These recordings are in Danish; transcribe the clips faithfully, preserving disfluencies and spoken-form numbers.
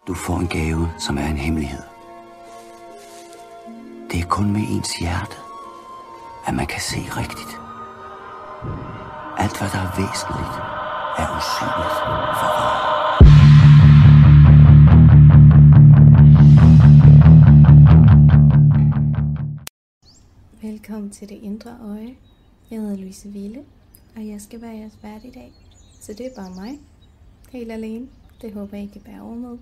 Du får en gave, som er en hemmelighed. Det er kun med ens hjerte, at man kan se rigtigt. Alt, hvad der er væsentligt, er usynligt for øjet. Velkommen til Det Indre Øje. Jeg hedder Louise Ville, og jeg skal være jeres vært i dag. Så det er bare mig, helt alene. Det håber jeg, I kan bære over med.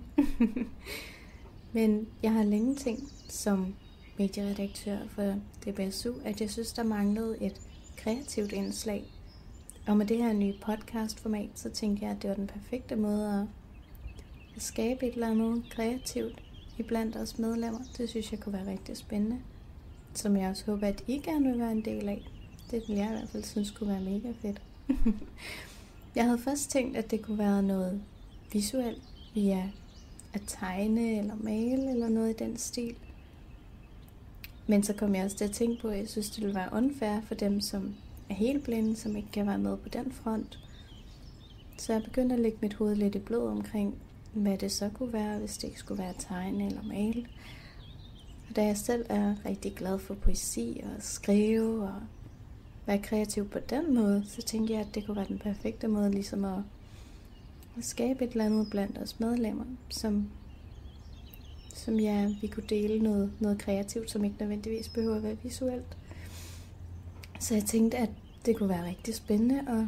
Men jeg har længe tænkt som medieredaktør for D B S U, at jeg synes, der manglede et kreativt indslag. Og med det her nye podcastformat, så tænkte jeg, at det var den perfekte måde at skabe et eller andet kreativt iblandt os medlemmer. Det synes jeg kunne være rigtig spændende. Som jeg også håber, at I gerne vil være en del af. Det vil jeg i hvert fald synes kunne være mega fedt. Jeg havde først tænkt, at det kunne være noget visuelt via at tegne eller male eller noget i den stil. Men så kom jeg også til at tænke på, at jeg synes, det ville være unfair for dem, som er helt blinde, som ikke kan være med på den front. Så jeg begyndte at lægge mit hoved lidt i blod omkring, hvad det så kunne være, hvis det ikke skulle være tegne eller male. Og da jeg selv er rigtig glad for poesi og skrive og være kreativ på den måde, så tænkte jeg, at det kunne være den perfekte måde ligesom at, at skabe et eller andet blandt os medlemmer, som, som ja, vi kunne dele noget, noget kreativt, som ikke nødvendigvis behøver at være visuelt. Så jeg tænkte, at det kunne være rigtig spændende at,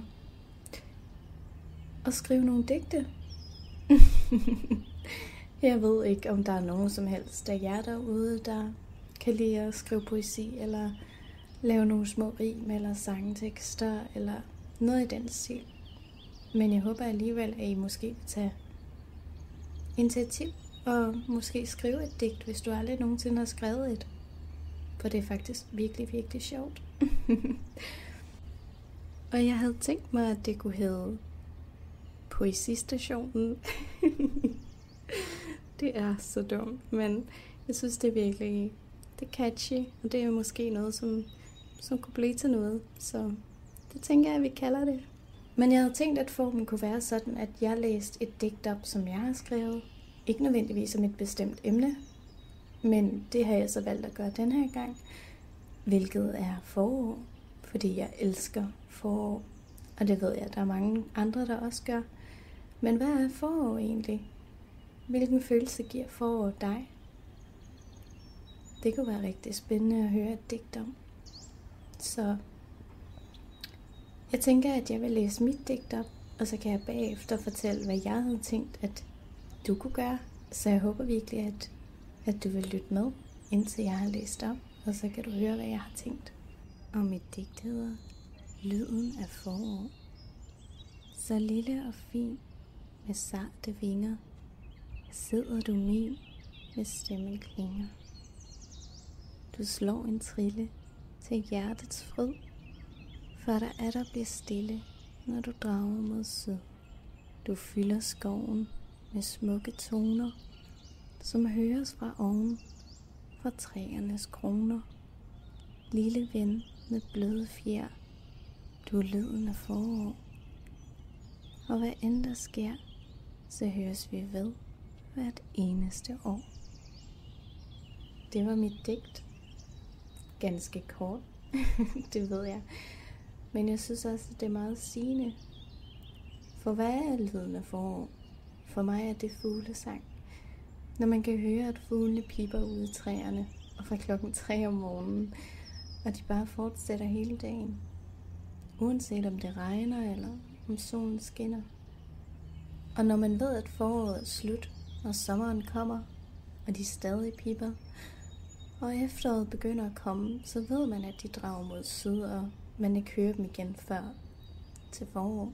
at skrive nogle digte. Jeg ved ikke, om der er nogen som helst af jer derude, der kan lide at skrive poesi, eller lave nogle små rim, eller sangtekster, eller noget i den stil. Men jeg håber alligevel, at I måske vil tage initiativ, og måske skrive et digt, hvis du aldrig nogensinde har skrevet et. For det er faktisk virkelig, virkelig sjovt. Og jeg havde tænkt mig, at det kunne hedde Poesistationen. Det er så dumt, men jeg synes, det er virkelig det er catchy, og det er jo måske noget, som, som kunne blive til noget. Så det tænker jeg, at vi kalder det. Men jeg havde tænkt, at formen kunne være sådan, at jeg læste et digt op, som jeg har skrevet. Ikke nødvendigvis om et bestemt emne, men det har jeg så valgt at gøre den her gang, hvilket er forår, fordi jeg elsker forår. Og det ved jeg, der er mange andre, der også gør. Men hvad er forår egentlig? Hvilken følelse giver forår dig? Det kunne være rigtig spændende at høre et digt om. Så jeg tænker, at jeg vil læse mit digt op, og så kan jeg bagefter fortælle, hvad jeg havde tænkt, at du kunne gøre. Så jeg håber virkelig, at, at du vil lytte med, indtil jeg har læst op, og så kan du høre, hvad jeg har tænkt. Og mit digt hedder Lyden af forår. Så lille og fin med sarte vinger, sidder du min med stemmen klinger. Du slår en trille til hjertets fryd, for der er der bliver stille, når du drager mod syd. Du fylder skoven med smukke toner, som høres fra oven, fra træernes kroner. Lille ven med bløde fjer, du er lyden af forår. Og hvad end der sker, så høres vi ved hvert eneste år. Det var mit digt. Ganske kort, det ved jeg. Men jeg synes også, at det er meget sigende. For hvad er lyden af forår? For mig er det fuglesang. Når man kan høre, at fuglene piper ude i træerne, og fra klokken tre om morgenen, og de bare fortsætter hele dagen. Uanset om det regner, eller om solen skinner. Og når man ved, at foråret er slut, og sommeren kommer, og de stadig piper, og efteråret begynder at komme, så ved man, at de drager mod syd, og man ikke hører dem igen før til forår.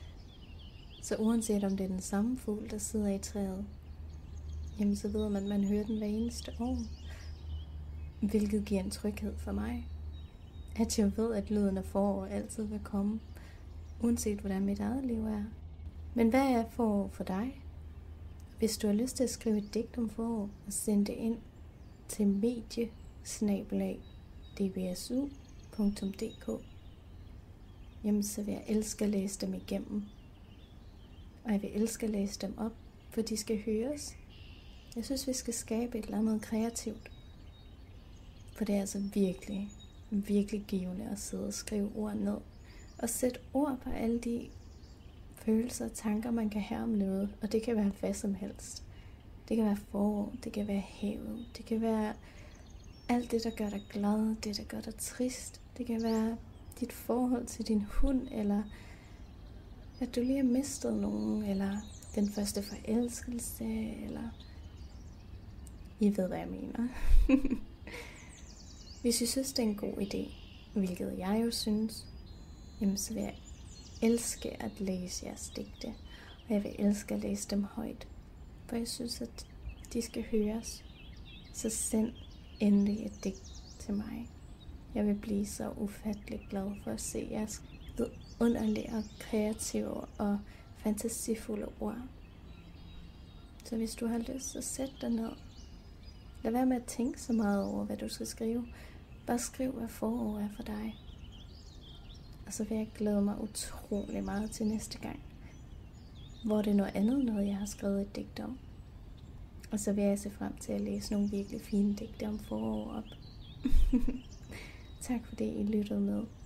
Så uanset om det er den samme fugl, der sidder i træet, jamen så ved man, at man hører den hver eneste år. Hvilket giver en tryghed for mig. At jeg ved, at lyden af forår altid vil komme, uanset hvordan mit eget liv er. Men hvad er forår for dig? Hvis du har lyst til at skrive et digt om forår, og sende det ind til medie bindestreg d b s u punktum d k, jamen så vil jeg elske at læse dem igennem. Og jeg vil elske at læse dem op, for de skal høres. Jeg synes, vi skal skabe et eller andet kreativt. For det er altså virkelig, virkelig givende at sidde og skrive ord ned. Og sætte ord på alle de følelser og tanker, man kan have om noget. Og det kan være hvad som helst. Det kan være forår, det kan være havet, det kan være alt det, der gør dig glad, det, der gør dig trist. Det kan være dit forhold til din hund, eller at du lige har mistet nogen, eller den første forelskelse, eller I ved, hvad jeg mener. Hvis I synes, det er en god idé, hvilket jeg jo synes, jamen så vil jeg elske at læse jeres digte, og jeg vil elske at læse dem højt, for jeg synes, at de skal høres. Så send endelig et digt til mig. Jeg vil blive så ufattelig glad for at se jeres vidunderlige og kreative og fantasifulde ord. Så hvis du har lyst, så sæt dig ned. Lad være med at tænke så meget over, hvad du skal skrive. Bare skriv, hvad forår er for dig. Og så vil jeg glæde mig utrolig meget til næste gang, hvor det er noget andet, noget jeg har skrevet et digt om. Og så vil jeg se frem til at læse nogle virkelig fine digte om forår op. Tak fordi I lyttede med.